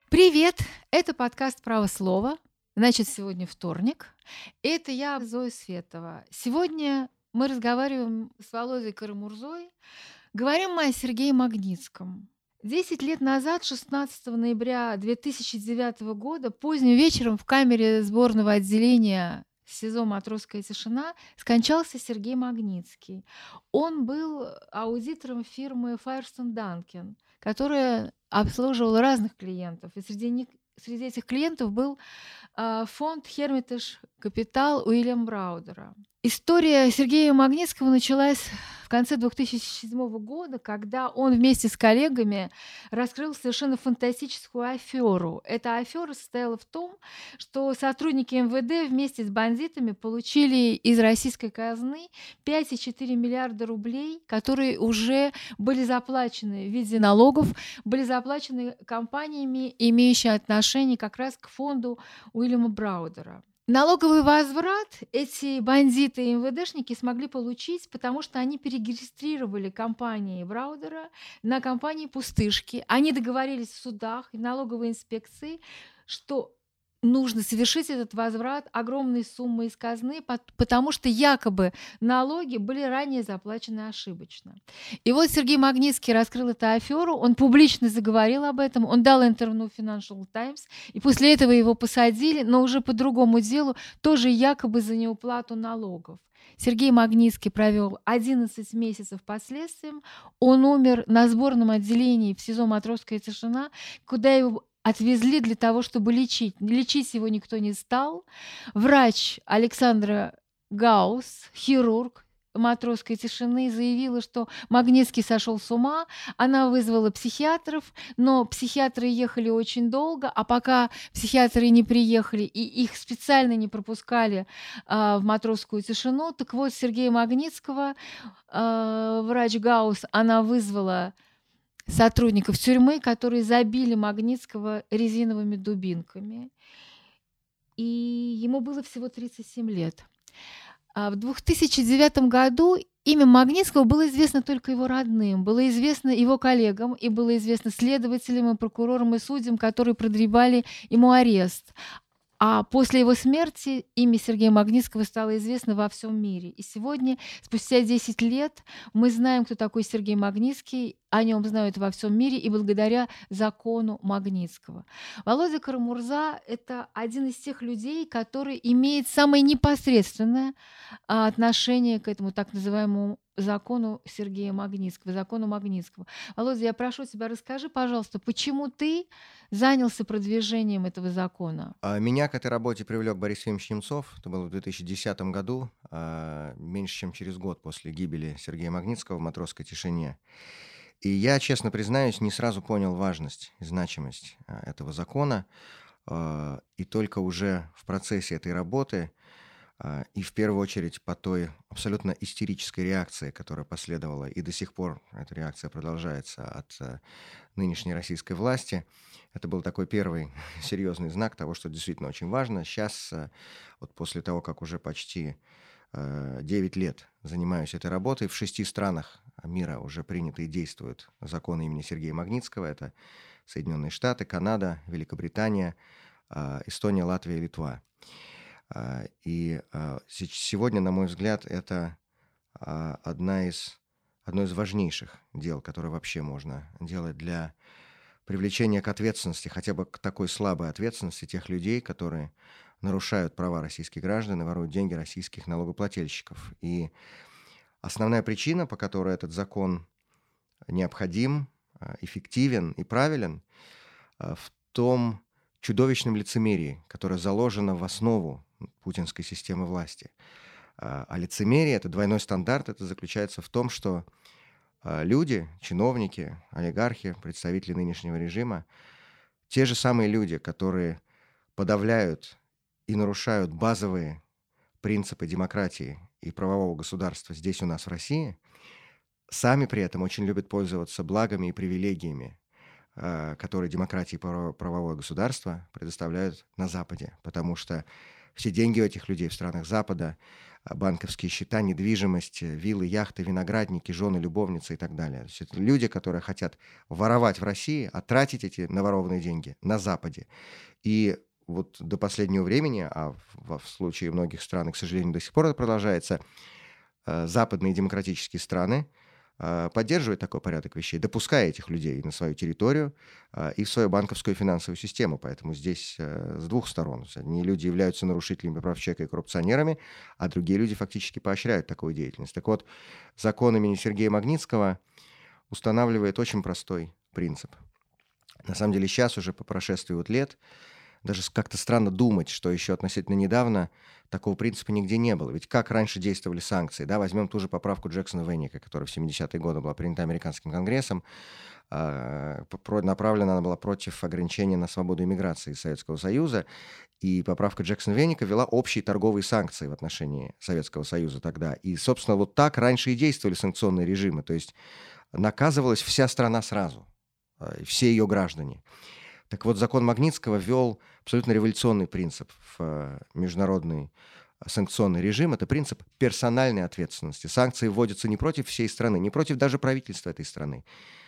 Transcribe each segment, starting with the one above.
Привет! Это подкаст «Право слова». Значит, сегодня вторник. Это я, Зоя Светова. Сегодня мы разговариваем с Володей Карамурзой. Говорим мы о Сергее Магнитском. 10 лет назад, 16 ноября 2009 года, поздним вечером в камере сборного отделения СИЗО «Матросская тишина» скончался Сергей Магнитский. Он был аудитором фирмы Firestone Duncan, которая обслуживала разных клиентов. И среди этих клиентов был фонд Hermitage Capital Уильям Браудера. История Сергея Магнитского началась в конце 2007 года, когда он вместе с коллегами раскрыл совершенно фантастическую аферу. Эта афера состояла в том, что сотрудники МВД вместе с бандитами получили из российской казны 5,4 миллиарда рублей, которые уже были заплачены в виде налогов, были заплачены компаниями, имеющими отношение как раз к фонду Уильяма Браудера. Налоговый возврат эти бандиты и МВДшники смогли получить, потому что они перерегистрировали компании Браудера на компании «Пустышки». Они договорились в судах и налоговой инспекции, что нужно совершить этот возврат огромной суммы из казны, потому что якобы налоги были ранее заплачены ошибочно. И вот Сергей Магнитский раскрыл эту аферу, он публично заговорил об этом, он дал интервью в Financial Times, и после этого его посадили, но уже по другому делу, тоже якобы за неуплату налогов. Сергей Магнитский провел 11 месяцев под следствием. Он умер на сборном отделении в СИЗО «Матросская тишина», куда его отвезли для того, чтобы лечить. Лечить его никто не стал. Врач Александра Гаус, хирург «Матросской тишины», заявила, что Магнитский сошел с ума. Она вызвала психиатров, но психиатры ехали очень долго, а пока психиатры не приехали и их специально не пропускали в «Матросскую тишину», так вот Сергея Магнитского, врач Гаус, она вызвала сотрудников тюрьмы, которые забили Магнитского резиновыми дубинками. И ему было всего 37 лет. В 2009 году имя Магнитского было известно только его родным, было известно его коллегам и было известно следователям, и прокурорам, и судьям, которые продребали ему арест. А после его смерти имя Сергея Магнитского стало известно во всем мире. И сегодня, спустя 10 лет, мы знаем, кто такой Сергей Магнитский, о нем знают во всем мире и благодаря закону Магнитского. Володя Карамурза – это один из тех людей, который имеет самое непосредственное отношение к этому так называемому закону Сергея Магнитского, закону Магнитского. Володя, я прошу тебя, расскажи, пожалуйста, почему ты занялся продвижением этого закона? Меня к этой работе привлек Борис Ефимович Немцов. Это было в 2010 году, меньше чем через год после гибели Сергея Магнитского в «Матросской тишине». И я, честно признаюсь, не сразу понял важность и значимость этого закона. И только уже в процессе этой работы и в первую очередь по той абсолютно истерической реакции, которая последовала, и до сих пор эта реакция продолжается от нынешней российской власти. Это был такой первый серьезный знак того, что действительно очень важно. Сейчас, вот после того, как уже почти 9 лет занимаюсь этой работой, в 6 странах мира уже приняты и действуют законы имени Сергея Магнитского. Это Соединенные Штаты, Канада, Великобритания, Эстония, Латвия и Литва. И сегодня, на мой взгляд, это одно из важнейших дел, которые вообще можно делать для привлечения к ответственности, хотя бы к такой слабой ответственности тех людей, которые нарушают права российских граждан и воруют деньги российских налогоплательщиков. И основная причина, по которой этот закон необходим, эффективен и правилен, в том чудовищном лицемерии, которое заложено в основу путинской системы власти. А лицемерие, это двойной стандарт, это заключается в том, что люди, чиновники, олигархи, представители нынешнего режима, те же самые люди, которые подавляют и нарушают базовые принципы демократии и правового государства здесь у нас в России, сами при этом очень любят пользоваться благами и привилегиями, которые демократия и правовое государство предоставляют на Западе, потому что все деньги у этих людей в странах Запада, банковские счета, недвижимость, виллы, яхты, виноградники, жены, любовницы и так далее. То есть это люди, которые хотят воровать в России, а тратить эти наворованные деньги на Западе. И вот до последнего времени, а в случае многих стран, к сожалению, до сих пор это продолжается, западные демократические страны поддерживают такой порядок вещей, допуская этих людей на свою территорию и в свою банковскую и финансовую систему. Поэтому здесь с двух сторон. Одни люди являются нарушителями прав человека и коррупционерами, а другие люди фактически поощряют такую деятельность. Так вот, закон имени Сергея Магнитского устанавливает очень простой принцип. На самом деле сейчас уже по прошествии лет даже как-то странно думать, что еще относительно недавно такого принципа нигде не было. Ведь как раньше действовали санкции? Да, возьмем ту же поправку Джексона-Веника, которая в 70-е годы была принята американским конгрессом. Направлена она была против ограничения на свободу иммиграции из Советского Союза. И поправка Джексона-Веника ввела общие торговые санкции в отношении Советского Союза тогда. И, собственно, вот так раньше и действовали санкционные режимы. То есть наказывалась вся страна сразу, все ее граждане. Так вот, закон Магнитского ввел абсолютно революционный принцип в международный санкционный режим. Это принцип персональной ответственности. Санкции вводятся не против всей страны, не против даже правительства этой страны,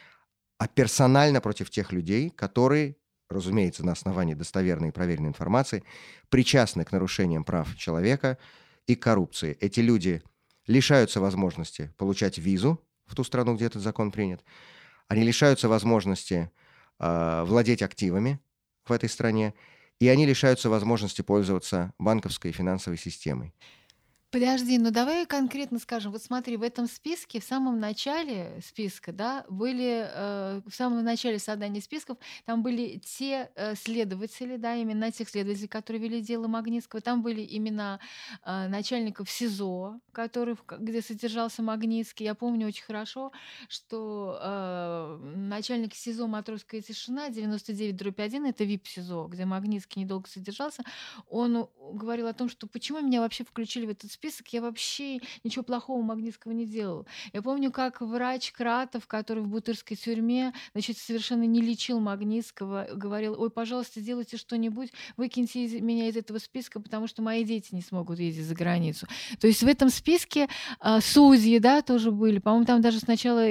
а персонально против тех людей, которые, разумеется, на основании достоверной и проверенной информации, причастны к нарушениям прав человека и коррупции. Эти люди лишаются возможности получать визу в ту страну, где этот закон принят. Они лишаются возможности владеть активами в этой стране, и они лишаются возможности пользоваться банковской и финансовой системой. Подожди, ну давай конкретно скажем. Вот смотри, в этом списке, в самом начале списка, да, были, в самом начале создания списков, там были те следователи, да, имена тех следователей, которые вели дело Магнитского. Там были имена начальников СИЗО, где содержался Магнитский. Я помню очень хорошо, что начальник СИЗО «Матросская тишина» 99/1, это ВИП-СИЗО, где Магнитский недолго содержался, он говорил о том, что почему меня вообще включили в этот список, я вообще ничего плохого Магнитского не делал. Я помню, как врач Кратов, который в Бутырской тюрьме, значит, совершенно не лечил Магнитского, говорил: ой, пожалуйста, сделайте что-нибудь, выкиньте меня из этого списка, потому что мои дети не смогут ездить за границу. То есть в этом списке судьи, да, тоже были. По-моему, там даже сначала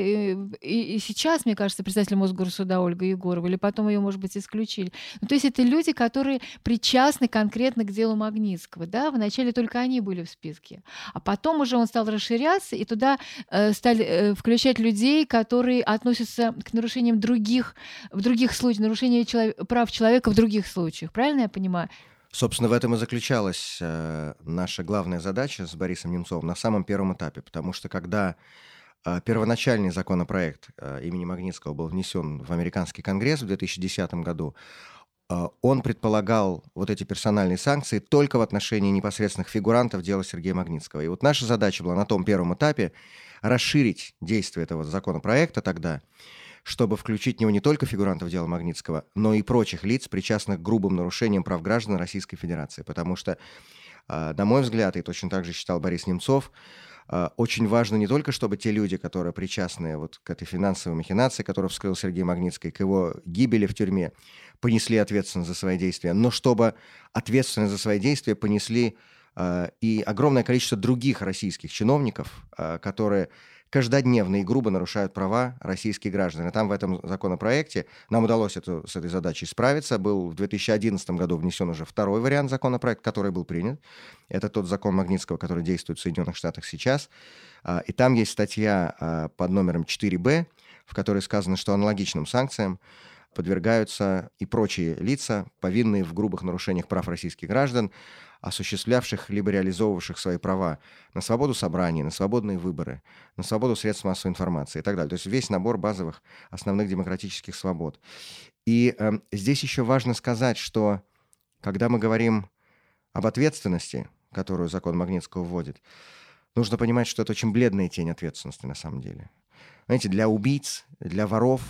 и сейчас, мне кажется, председатель Мосгорсуда Ольга Егорова, или потом ее, может быть, исключили. Ну, то есть это люди, которые причастны конкретно к делу Магнитского. Да? Вначале только они были в списке. А потом уже он стал расширяться, и туда стали включать людей, которые относятся к нарушениям в других случаях, нарушения прав человека в других случаях. Правильно я понимаю? Собственно, в этом и заключалась наша главная задача с Борисом Немцовым на самом первом этапе, потому что когда первоначальный законопроект имени Магнитского был внесен в американский конгресс в 2010 году, он предполагал вот эти персональные санкции только в отношении непосредственных фигурантов дела Сергея Магнитского. И вот наша задача была на том первом этапе расширить действие этого законопроекта тогда, чтобы включить в него не только фигурантов дела Магнитского, но и прочих лиц, причастных к грубым нарушениям прав граждан Российской Федерации. Потому что, на мой взгляд, и точно так же считал Борис Немцов, очень важно не только, чтобы те люди, которые причастны вот к этой финансовой махинации, которую вскрыл Сергей Магнитский, к его гибели в тюрьме, понесли ответственность за свои действия, но чтобы ответственность за свои действия понесли и огромное количество других российских чиновников, которые каждодневно и грубо нарушают права российских граждан. И там в этом законопроекте нам удалось с этой задачей справиться. Был в 2011 году внесен уже второй вариант законопроекта, который был принят. Это тот закон Магнитского, который действует в Соединенных Штатах сейчас. И там есть статья под номером 4Б, в которой сказано, что аналогичным санкциям подвергаются и прочие лица, повинные в грубых нарушениях прав российских граждан, осуществлявших либо реализовывавших свои права на свободу собраний, на свободные выборы, на свободу средств массовой информации и так далее. То есть весь набор базовых основных демократических свобод. И здесь еще важно сказать, что когда мы говорим об ответственности, которую закон Магнитского вводит, нужно понимать, что это очень бледная тень ответственности на самом деле. Знаете, для убийц, для воров,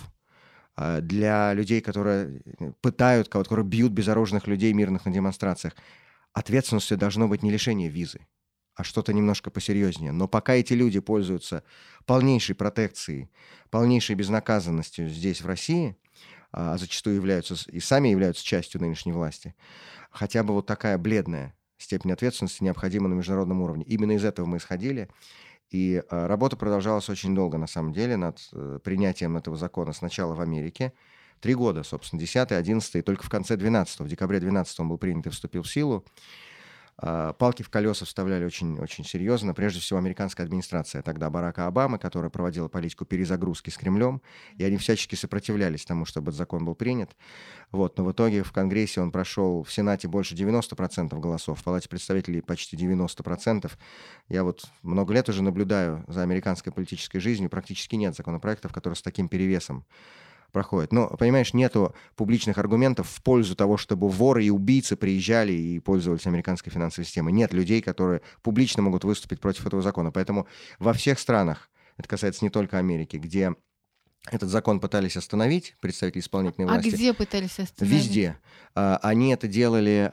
для людей, которые пытают кого-то, которые бьют безоружных людей мирных на демонстрациях, ответственностью должно быть не лишение визы, а что-то немножко посерьезнее. Но пока эти люди пользуются полнейшей протекцией, полнейшей безнаказанностью здесь, в России, а зачастую являются и сами являются частью нынешней власти, хотя бы вот такая бледная степень ответственности необходима на международном уровне. Именно из этого мы исходили. И работа продолжалась очень долго, на самом деле, над принятием этого закона сначала в Америке. 3 года, собственно, 10-й, 11-й, только в конце 12-го, в декабре 12-го он был принят и вступил в силу. Палки в колеса вставляли очень, очень серьезно. Прежде всего, американская администрация тогда Барака Обамы, которая проводила политику перезагрузки с Кремлем, и они всячески сопротивлялись тому, чтобы этот закон был принят. Вот. Но в итоге в Конгрессе он прошел, в Сенате больше 90% голосов, в Палате представителей почти 90%. Я вот много лет уже наблюдаю за американской политической жизнью, практически нет законопроектов, которые с таким перевесом проходит. Но, понимаешь, нету публичных аргументов в пользу того, чтобы воры и убийцы приезжали и пользовались американской финансовой системой. Нет людей, которые публично могут выступить против этого закона. Поэтому во всех странах, это касается не только Америки, где этот закон пытались остановить представители исполнительной А власти. где пытались остановить? Везде. Они это делали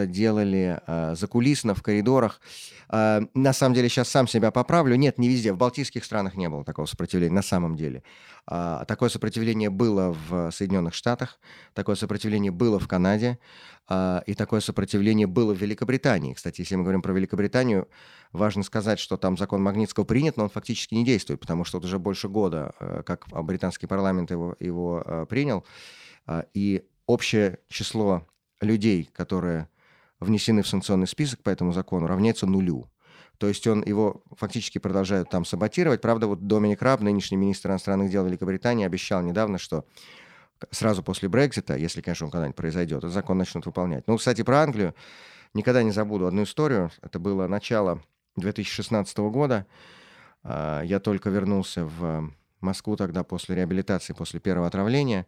закулисно, в коридорах. На самом деле, сейчас сам себя поправлю. Нет, не везде. В балтийских странах не было такого сопротивления, на самом деле. Такое сопротивление было в Соединенных Штатах, такое сопротивление было в Канаде, и такое сопротивление было в Великобритании. Кстати, если мы говорим про Великобританию, важно сказать, что там закон Магнитского принят, но он фактически не действует, потому что вот уже больше года, как британский парламент его принял, и общее число людей, которые внесены в санкционный список по этому закону, равняется нулю. То есть его фактически продолжают там саботировать. Правда, вот Доминик Раб, нынешний министр иностранных дел Великобритании, обещал недавно, что сразу после Брексита, если, конечно, он когда-нибудь произойдет, этот закон начнут выполнять. Ну, кстати, про Англию никогда не забуду одну историю. Это было начало 2016 года. Я только вернулся в Москву тогда после реабилитации, после первого отравления.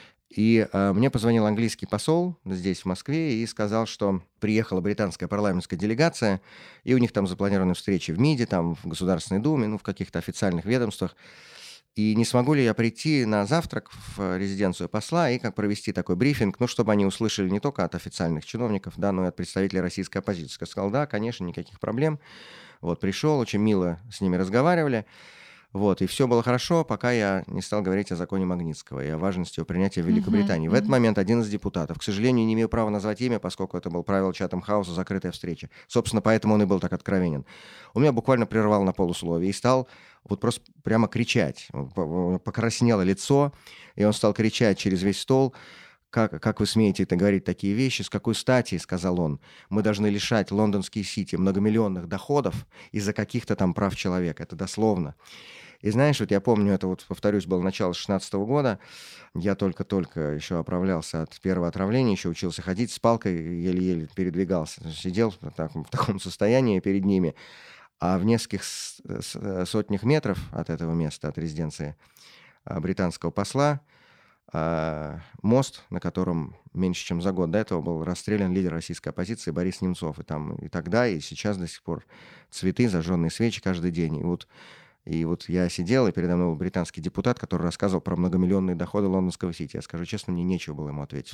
И мне позвонил английский посол здесь, в Москве, и сказал, что приехала британская парламентская делегация, и у них там запланированы встречи в МИДе, там, в Государственной Думе, ну, в каких-то официальных ведомствах. И не смогу ли я прийти на завтрак в резиденцию посла и как провести такой брифинг, ну, чтобы они услышали не только от официальных чиновников, да, но и от представителей российской оппозиции. Я сказал, да, конечно, никаких проблем. Вот, пришел, очень мило с ними разговаривали. Вот, и все было хорошо, пока я не стал говорить о законе Магнитского и о важности его принятия в Великобритании. В этот момент один из депутатов, к сожалению, не имею права назвать имя, поскольку это был правило Чатам-хауса, закрытая встреча. Собственно, поэтому он и был так откровенен. Он меня буквально прервал на полусловие и стал вот просто прямо кричать. Покраснело лицо, и он стал кричать через весь стол: как вы смеете это говорить такие вещи? С какой стати, сказал он, мы должны лишать лондонские сити многомиллионных доходов из-за каких-то там прав человека? Это дословно. И знаешь, вот я помню, это вот, повторюсь, было начало 2016 года, я только-только еще оправлялся от первого отравления, еще учился ходить с палкой, еле-еле передвигался. Сидел в таком состоянии перед ними, а в нескольких сотнях метров от этого места, от резиденции британского посла, мост, на котором меньше чем за год до этого был расстрелян лидер российской оппозиции Борис Немцов. И там и тогда, и сейчас до сих пор цветы, зажженные свечи каждый день. И вот я сидел, и передо мной был британский депутат, который рассказывал про многомиллионные доходы лондонского сити. Я скажу честно, мне нечего было ему ответить.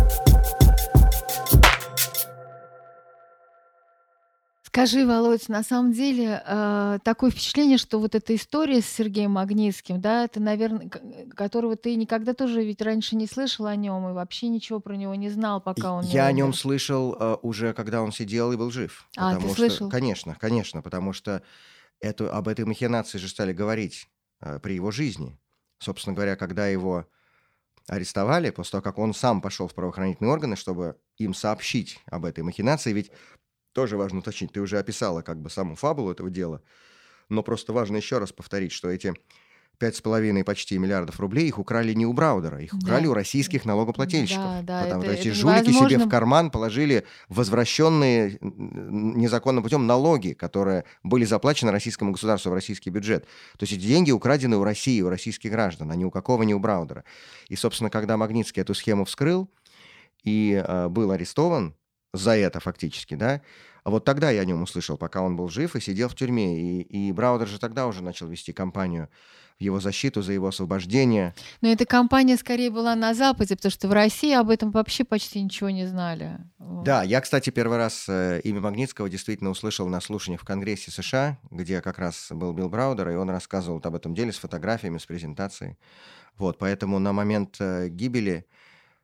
Скажи, Володь, на самом деле такое впечатление, что вот эта история с Сергеем Магнитским, да, это, наверное, которого ты никогда тоже ведь раньше не слышал о нем и вообще ничего про него не знал, пока он не Я о нем умер. слышал уже, когда он сидел и был жив. Ты Потому что, слышал? конечно, потому что об этой махинации же стали говорить при его жизни. Собственно говоря, когда его арестовали, после того, как он сам пошел в правоохранительные органы, чтобы им сообщить об этой махинации, ведь тоже важно уточнить, ты уже описала как бы саму фабулу этого дела, но просто важно еще раз повторить, что эти 5,5 почти миллиардов рублей их украли не у Браудера, их украли Да. у российских налогоплательщиков. Да, Потому что это эти жулики себе в невозможно. карман положили возвращенные незаконным путем налоги, которые были заплачены российскому государству в российский бюджет. То есть эти деньги украдены у России, у российских граждан, а ни у какого, ни у Браудера. И, собственно, когда Магнитский эту схему вскрыл и был арестован за это фактически, да, а вот тогда я о нем услышал, пока он был жив и сидел в тюрьме. И Браудер же тогда уже начал вести кампанию в его защиту, за его освобождение. Но эта кампания скорее была на Западе, потому что в России об этом вообще почти ничего не знали. Вот. Да, я, кстати, первый раз имя Магнитского действительно услышал на слушаниях в Конгрессе США, где как раз был Билл Браудер, и он рассказывал об этом деле с фотографиями, с презентацией. Вот, поэтому на момент гибели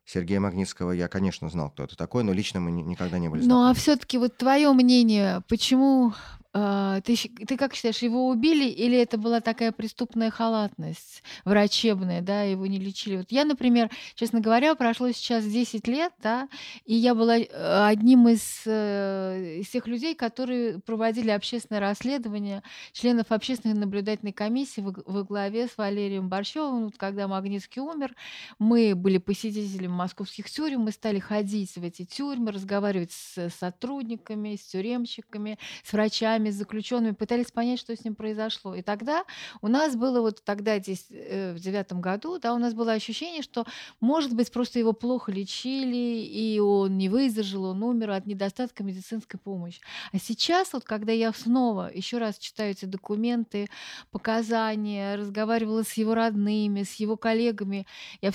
Сергея Магнитского я, конечно, знал, кто это такой, но лично мы никогда не были Ну, а знакомы. все-таки вот твое мнение, почему ты как считаешь, его убили или это была такая преступная халатность врачебная, да, его не лечили? Вот я, например, честно говоря, прошло сейчас 10 лет, да, и я была одним из тех людей, которые проводили общественное расследование членов общественной наблюдательной комиссии во главе с Валерием Борщевым. Вот когда Магнитский умер, мы были посетителями московских тюрем, мы стали ходить в эти тюрьмы, разговаривать с сотрудниками, с тюремщиками, с врачами, с заключенными, пытались понять, что с ним произошло. И тогда у нас было вот тогда здесь, в 9 году, да, у нас было ощущение, что, может быть, просто его плохо лечили, и он не выдержал, он умер от недостатка медицинской помощи. А сейчас, вот когда я снова еще раз читаю эти документы, показания, разговаривала с его родными, с его коллегами,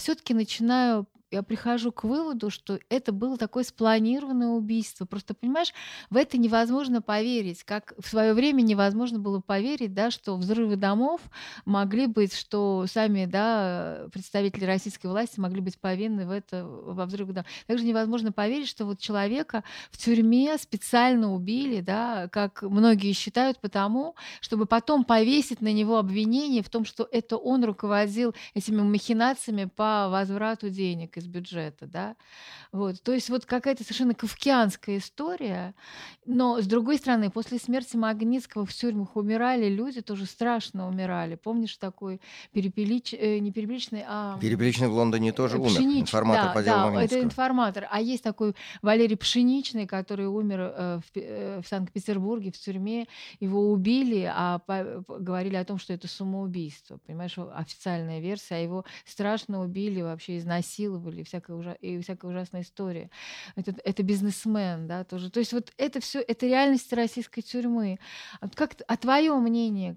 я прихожу к выводу, что это было такое спланированное убийство. Просто, понимаешь, в это невозможно поверить, как в свое время невозможно было поверить, да, что взрывы домов могли быть, что сами, да, представители российской власти могли быть повинны во взрыве домов. Также невозможно поверить, что вот человека в тюрьме специально убили, да, как многие считают, потому, чтобы потом повесить на него обвинение в том, что это он руководил этими махинациями по возврату денег из бюджета, да. Вот, то есть вот какая-то совершенно кафкианская история. Но, с другой стороны, после смерти Магнитского в тюрьмах умирали люди, тоже страшно умирали. Помнишь такой не Перепеличный, Перепеличный в Лондоне тоже умер, информатор Да, по делу да, это Магнитского. информатор. А есть такой Валерий Пшеничный, который умер в Санкт-Петербурге в тюрьме. Его убили, а говорили о том, что это самоубийство. Понимаешь, официальная версия, а его страшно убили, вообще изнасиловали, и всякая ужасная история. Это бизнесмен, да, тоже. То есть вот это все, это реальность российской тюрьмы. А твое мнение,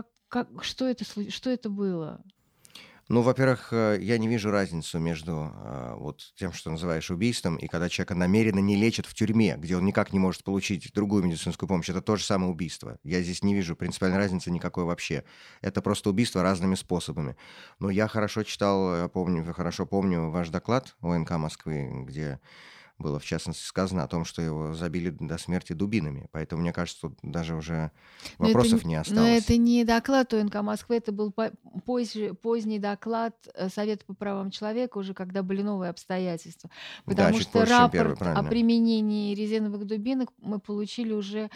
что это было? Ну, во-первых, я не вижу разницу между вот тем, что называешь убийством, и когда человека намеренно не лечат в тюрьме, где он никак не может получить другую медицинскую помощь. Это то же самое убийство. Я здесь не вижу принципиальной разницы никакой вообще. Это просто убийство разными способами. Но я хорошо читал, хорошо помню ваш доклад ОНК Москвы, где было, в частности, сказано о том, что его забили до смерти дубинами. Поэтому, мне кажется, тут даже уже вопросов не Но осталось. это не доклад ОНК Москвы, это был поздний доклад Совета по правам человека, уже когда были новые обстоятельства. Да, Потому чуть что позже, чем первый, рапорт о правильно. применении резиновых дубинок мы получили уже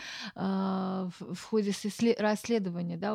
в ходе расследования. Да,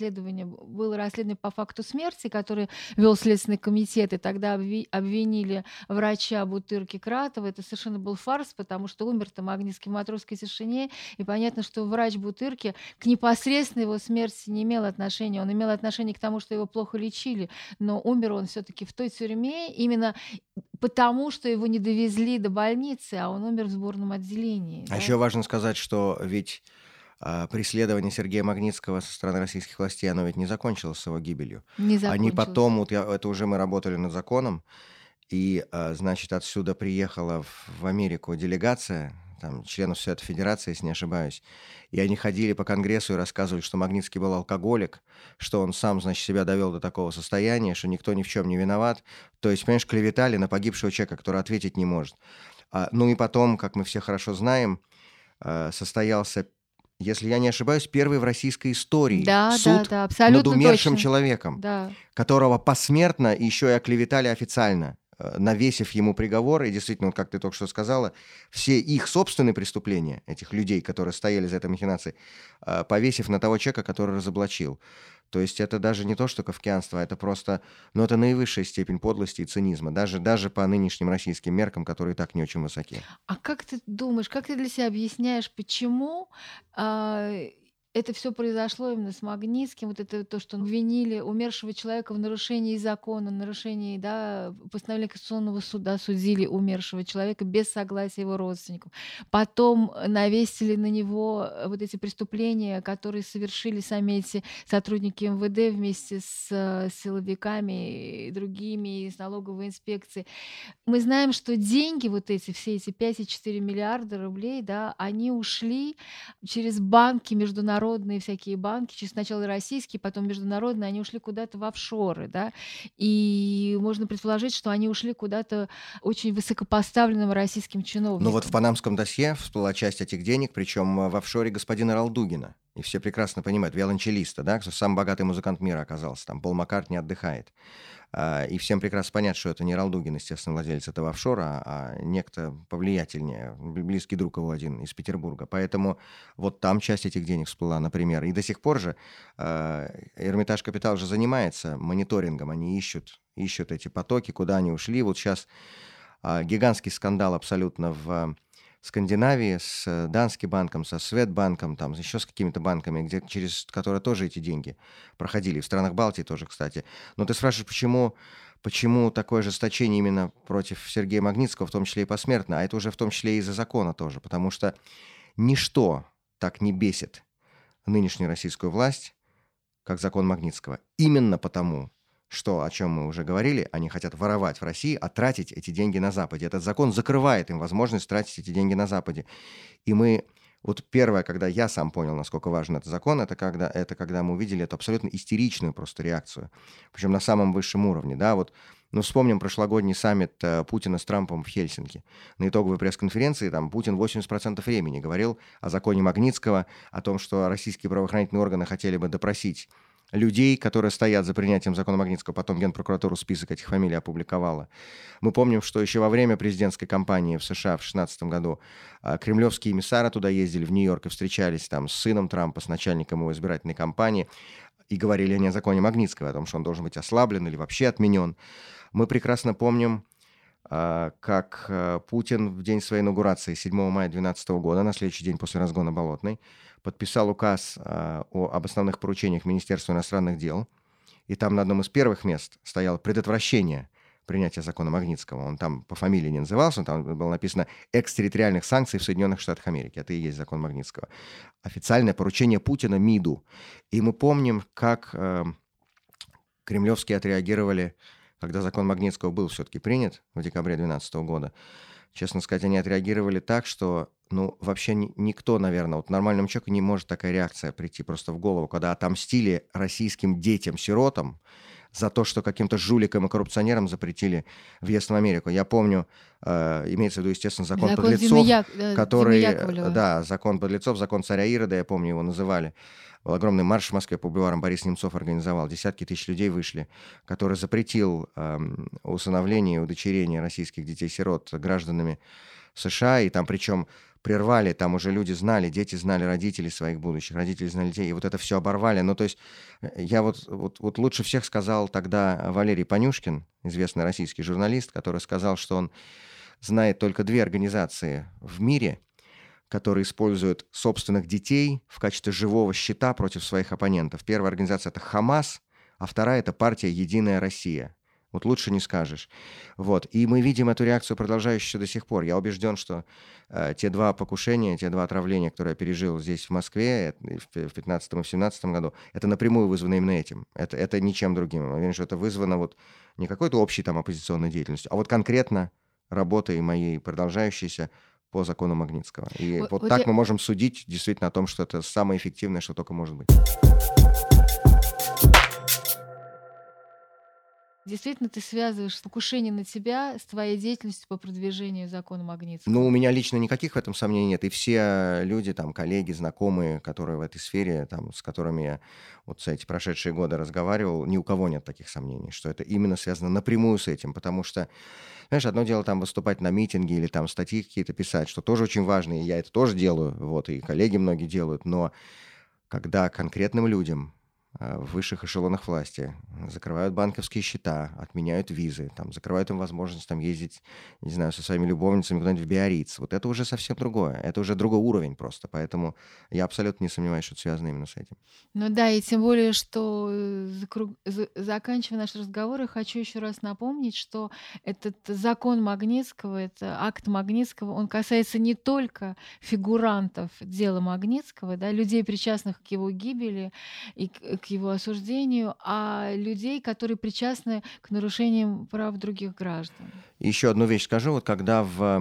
было расследование по факту смерти, которое вел Следственный комитет, и тогда обвинили врача Бутырки Кратова. Это совершенно был фарс, потому что умер-то Магнитский в матросской тишине, и понятно, что врач Бутырки к непосредственной его смерти не имел отношения. Он имел отношение к тому, что его плохо лечили, но умер он все-таки в той тюрьме именно потому, что его не довезли до больницы, а он умер в сборном отделении. А Да? еще важно сказать, что ведь преследование Сергея Магнитского со стороны российских властей, оно ведь не закончилось с его гибелью. Не Они закончилось. потом, это уже мы работали над законом, и, значит, отсюда приехала в Америку делегация, там, членов Совета Федерации, если не ошибаюсь, и они ходили по Конгрессу и рассказывали, что Магнитский был алкоголик, что он сам, значит, себя довел до такого состояния, что никто ни в чем не виноват. То есть, понимаешь, клеветали на погибшего человека, который ответить не может. Ну и потом, как мы все хорошо знаем, состоялся, если я не ошибаюсь, первый в российской истории Да, да, суд да, над абсолютно умершим точно. человеком, Да. которого посмертно еще и оклеветали официально, навесив ему приговор. И действительно, вот как ты только что сказала, все их собственные преступления, этих людей, которые стояли за этой махинацией, повесив на того человека, который разоблачил. То есть это даже не то, что кафкианство, это просто, ну, это наивысшая степень подлости и цинизма, даже по нынешним российским меркам, которые и так не очень высоки. А как ты думаешь, как ты для себя объясняешь, почему а, это все произошло именно с Магнитским? Вот это то, что обвинили умершего человека в нарушении закона, нарушении, да, постановления Конституционного суда, судили умершего человека без согласия его родственников. Потом навесили на него вот эти преступления, которые совершили сами эти сотрудники МВД вместе с силовиками и другими, и с налоговой инспекцией. Мы знаем, что деньги, вот эти, все эти 5,4 миллиарда рублей, да, они ушли через банки международные, международные всякие банки, сначала российские, потом международные, они ушли куда-то в офшоры, да, и можно предположить, что они ушли куда-то очень высокопоставленным российским Но вот в чиновникам. панамском досье всплыла часть этих денег, причем в офшоре господина Ралдугина. И все прекрасно понимают, виолончелиста, да, кто самый богатый музыкант мира оказался. Там Пол Маккартни отдыхает. И всем прекрасно понятно, что это не Ралдугин, естественно, владелец этого офшора, а некто повлиятельнее, близкий друг его один из Петербурга. Поэтому вот там часть этих денег всплыла, например. И до сих пор же Эрмитаж Капитал же занимается мониторингом. Они ищут эти потоки, куда они ушли. Вот сейчас гигантский скандал абсолютно в Скандинавии с Данским банком, со Светбанком, там еще с какими-то банками, через которые тоже эти деньги проходили. В странах Балтии тоже, кстати. Но ты спрашиваешь, почему такое ожесточение именно против Сергея Магнитского, в том числе и посмертно, а это уже в том числе и из-за закона тоже, потому что ничто так не бесит нынешнюю российскую власть, как закон Магнитского. Именно потому, что, о чем мы уже говорили, они хотят воровать в России, а тратить эти деньги на Западе. Этот закон закрывает им возможность тратить эти деньги на Западе. И вот первое, когда я сам понял, насколько важен этот закон, это когда мы увидели эту абсолютно истеричную просто реакцию. Причем на самом высшем уровне, да, вот. Ну, вспомним прошлогодний саммит Путина с Трампом в Хельсинки. На итоговой пресс-конференции там Путин 80% времени говорил о законе Магнитского, о том, что российские правоохранительные органы хотели бы допросить людей, которые стоят за принятием закона Магнитского. Потом Генпрокуратура список этих фамилий опубликовала. Мы помним, что еще во время президентской кампании в США в 2016 году кремлевские эмиссары туда ездили в Нью-Йорк и встречались там с сыном Трампа, с начальником его избирательной кампании, и говорили не о законе Магнитского, о том, что он должен быть ослаблен или вообще отменен. Мы прекрасно помним, как Путин в день своей инаугурации 7 мая 2012 года, на следующий день после разгона Болотной, подписал указ об основных поручениях Министерства иностранных дел. И там на одном из первых мест стояло предотвращение принятия закона Магнитского. Он там по фамилии не назывался, там было написано «экстерриториальных санкций в Соединенных Штатах Америки». Это и есть закон Магнитского. Официальное поручение Путина МИДу. И мы помним, как кремлевские отреагировали, когда закон Магнитского был все-таки принят в декабре 2012 года. Честно сказать, они отреагировали так, что, вообще никто, наверное, вот нормальному человеку не может такая реакция прийти просто в голову, когда отомстили российским детям-сиротам за то, что каким-то жуликам и коррупционерам запретили въезд в Америку. Я помню, имеется в виду, естественно, закон подлецов, закон подлецов, закон царя Ирода, я помню, его называли. Был огромный марш в Москве по бульварам, Борис Немцов организовал. Десятки тысяч людей вышли, который запретил усыновление и удочерение российских детей-сирот гражданами США. И там причем прервали, там уже люди знали, дети знали родителей своих будущих, родители знали детей, и вот это все оборвали. То есть я вот лучше всех сказал тогда Валерий Панюшкин, известный российский журналист, который сказал, что он знает только 2 организации в мире, которые используют собственных детей в качестве живого щита против своих оппонентов. Первая организация — это Хамас, а вторая — это партия «Единая Россия». Вот лучше не скажешь. Вот. И мы видим эту реакцию, продолжающуюся до сих пор. Я убежден, что те 2 покушения, те 2 отравления, которые я пережил здесь, в Москве, в 2015 и в 2017 году, это напрямую вызвано именно этим. Это ничем другим. Я уверен, что это вызвано не какой-то общей там оппозиционной деятельностью, а вот конкретно работой моей продолжающейся по закону Магнитского. И так мы можем судить действительно о том, что это самое эффективное, что только может быть. Действительно, ты связываешь покушение на тебя с твоей деятельностью по продвижению закона Магнитского? У меня лично никаких в этом сомнений нет. И все люди, там, коллеги, знакомые, которые в этой сфере, там, с которыми я вот за эти прошедшие годы разговаривал, ни у кого нет таких сомнений, что это именно связано напрямую с этим. Потому что, знаешь, одно дело там выступать на митинге или там статьи какие-то писать, что тоже очень важно, и я это тоже делаю, вот, и коллеги многие делают, но когда конкретным людям в высших эшелонах власти закрывают банковские счета, отменяют визы, там, закрывают им возможность там, ездить, не знаю, со своими любовницами куда-нибудь в Биарриц. Вот это уже совсем другое. Это уже другой уровень просто. Поэтому я абсолютно не сомневаюсь, что это связано именно с этим. И тем более, что заканчивая наш разговор, я хочу еще раз напомнить, что этот закон Магнитского, это акт Магнитского, он касается не только фигурантов дела Магнитского, да, людей, причастных к его гибели и к его осуждению, а людей, которые причастны к нарушениям прав других граждан. Еще одну вещь скажу. Вот когда в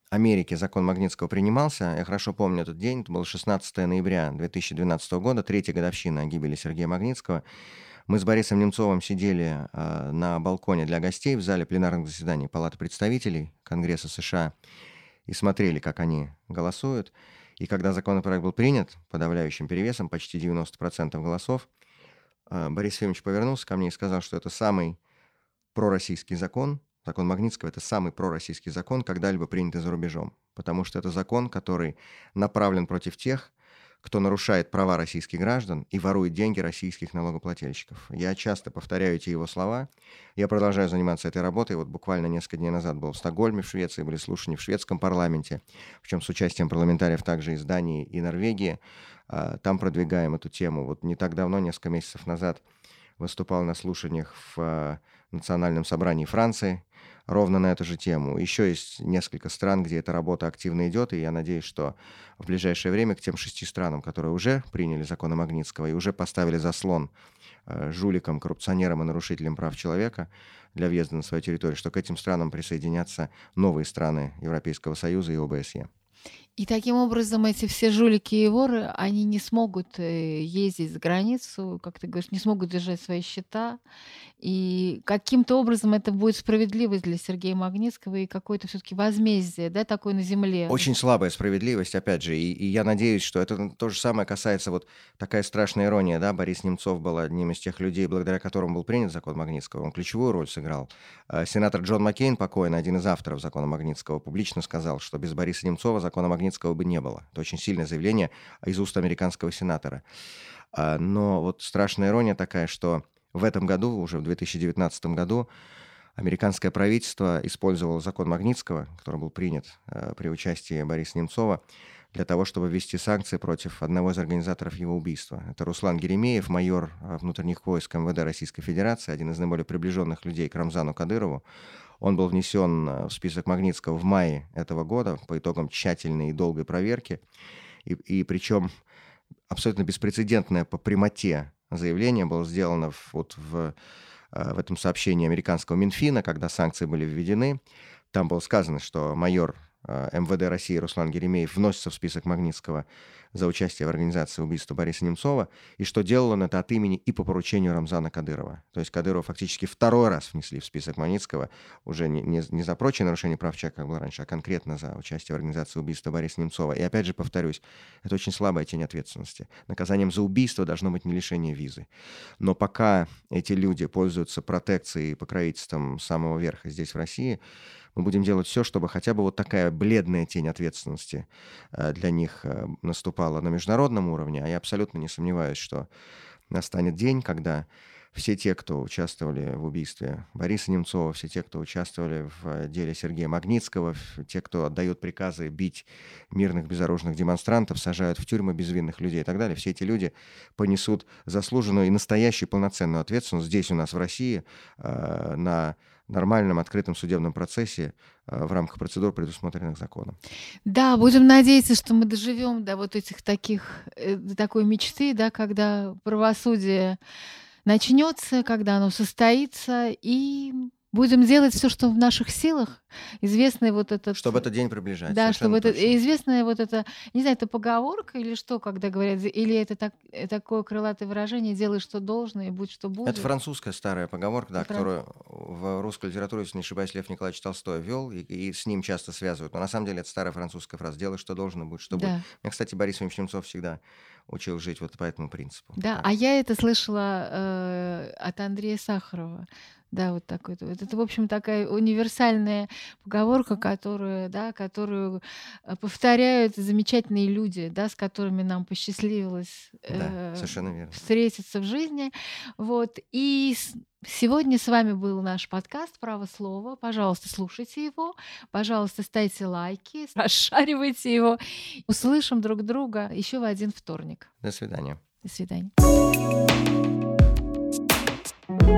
Америке закон Магнитского принимался, я хорошо помню этот день, это было 16 ноября 2012 года, третья годовщина гибели Сергея Магнитского. Мы с Борисом Немцовым сидели на балконе для гостей в зале пленарных заседаний Палаты представителей Конгресса США и смотрели, как они голосуют. И когда законопроект был принят подавляющим перевесом, почти 90% голосов, Борис Ефимович повернулся ко мне и сказал, что это самый пророссийский закон. Закон Магнитского — это самый пророссийский закон, когда-либо принятый за рубежом. Потому что это закон, который направлен против тех, кто нарушает права российских граждан и ворует деньги российских налогоплательщиков. Я часто повторяю эти его слова. Я продолжаю заниматься этой работой. Вот буквально несколько дней назад был в Стокгольме, в Швеции, были слушания в шведском парламенте, причем с участием парламентариев также из Дании и Норвегии. Там продвигаем эту тему. Вот не так давно, несколько месяцев назад, выступал на слушаниях в Национальном собрании Франции ровно на эту же тему. Еще есть несколько стран, где эта работа активно идет, и я надеюсь, что в ближайшее время к тем 6 странам, которые уже приняли законы Магнитского и уже поставили заслон жуликам, коррупционерам и нарушителям прав человека для въезда на свою территорию, что к этим странам присоединятся новые страны Европейского Союза и ОБСЕ. И таким образом эти все жулики и воры, они не смогут ездить за границу, как ты говоришь, не смогут держать свои счета. И каким-то образом это будет справедливость для Сергея Магнитского и какое-то все-таки возмездие, да, такое на земле. Очень слабая справедливость, опять же, и я надеюсь, что это то же самое касается вот такая страшная ирония, да, Борис Немцов был одним из тех людей, благодаря которым был принят закон Магнитского, он ключевую роль сыграл. Сенатор Джон Маккейн, покойный, один из авторов закона Магнитского, публично сказал, что без Бориса Немцова закона Магнитского бы не было. Это очень сильное заявление из уст американского сенатора. Но вот страшная ирония такая, что в этом году, уже в 2019 году, американское правительство использовало закон Магнитского, который был принят при участии Бориса Немцова, для того, чтобы ввести санкции против одного из организаторов его убийства. Это Руслан Геремеев, майор внутренних войск МВД Российской Федерации, один из наиболее приближенных людей к Рамзану Кадырову. Он был внесен в список Магнитского в мае этого года по итогам тщательной и долгой проверки. И причем абсолютно беспрецедентное по прямоте заявление было сделано в этом сообщении американского Минфина, когда санкции были введены. Там было сказано, что майор МВД России Руслан Геремеев вносится в список Магнитского за участие в организации убийства Бориса Немцова, и что делал он это от имени и по поручению Рамзана Кадырова. То есть Кадырова фактически второй раз внесли в список Магнитского, уже не за прочие нарушения прав человека, как было раньше, а конкретно за участие в организации убийства Бориса Немцова. И опять же повторюсь, это очень слабая тень ответственности. Наказанием за убийство должно быть не лишение визы. Но пока эти люди пользуются протекцией и покровительством самого верха здесь, в России, мы будем делать все, чтобы хотя бы вот такая бледная тень ответственности для них наступала на международном уровне. А я абсолютно не сомневаюсь, что настанет день, когда все те, кто участвовали в убийстве Бориса Немцова, все те, кто участвовали в деле Сергея Магнитского, те, кто отдают приказы бить мирных безоружных демонстрантов, сажают в тюрьмы безвинных людей и так далее, все эти люди понесут заслуженную и настоящую полноценную ответственность здесь у нас в России на нормальном открытом судебном процессе в рамках процедур, предусмотренных законом. Да, будем надеяться, что мы доживем до вот этих до такой мечты, да, когда правосудие начнется, когда оно состоится, и будем делать все, что в наших силах. Известный вот этот... Чтобы этот день приближать. Да, чтобы это... Точно. Известная вот это... Не знаю, это поговорка или что, когда говорят... Или это такое крылатое выражение «делай, что должно, и будь, что будет». Это французская старая поговорка, да, которую в русской литературе, если не ошибаюсь, Лев Николаевич Толстой ввел, и с ним часто связывают. Но на самом деле это старая французская фраза «делай, что должно, будь, что будет». Меня, кстати, Борис Ефимович Немцов всегда учил жить вот по этому принципу. Да, а я это слышала от Андрея Сахарова. Да, вот такой. Это, в общем, такая универсальная поговорка, которую повторяют замечательные люди, да, с которыми нам посчастливилось совершенно верно. встретиться в жизни. Вот. И сегодня с вами был наш подкаст «Право слова». Пожалуйста, слушайте его. Пожалуйста, ставьте лайки, расшаривайте его. Услышим друг друга еще в один вторник. До свидания. До свидания.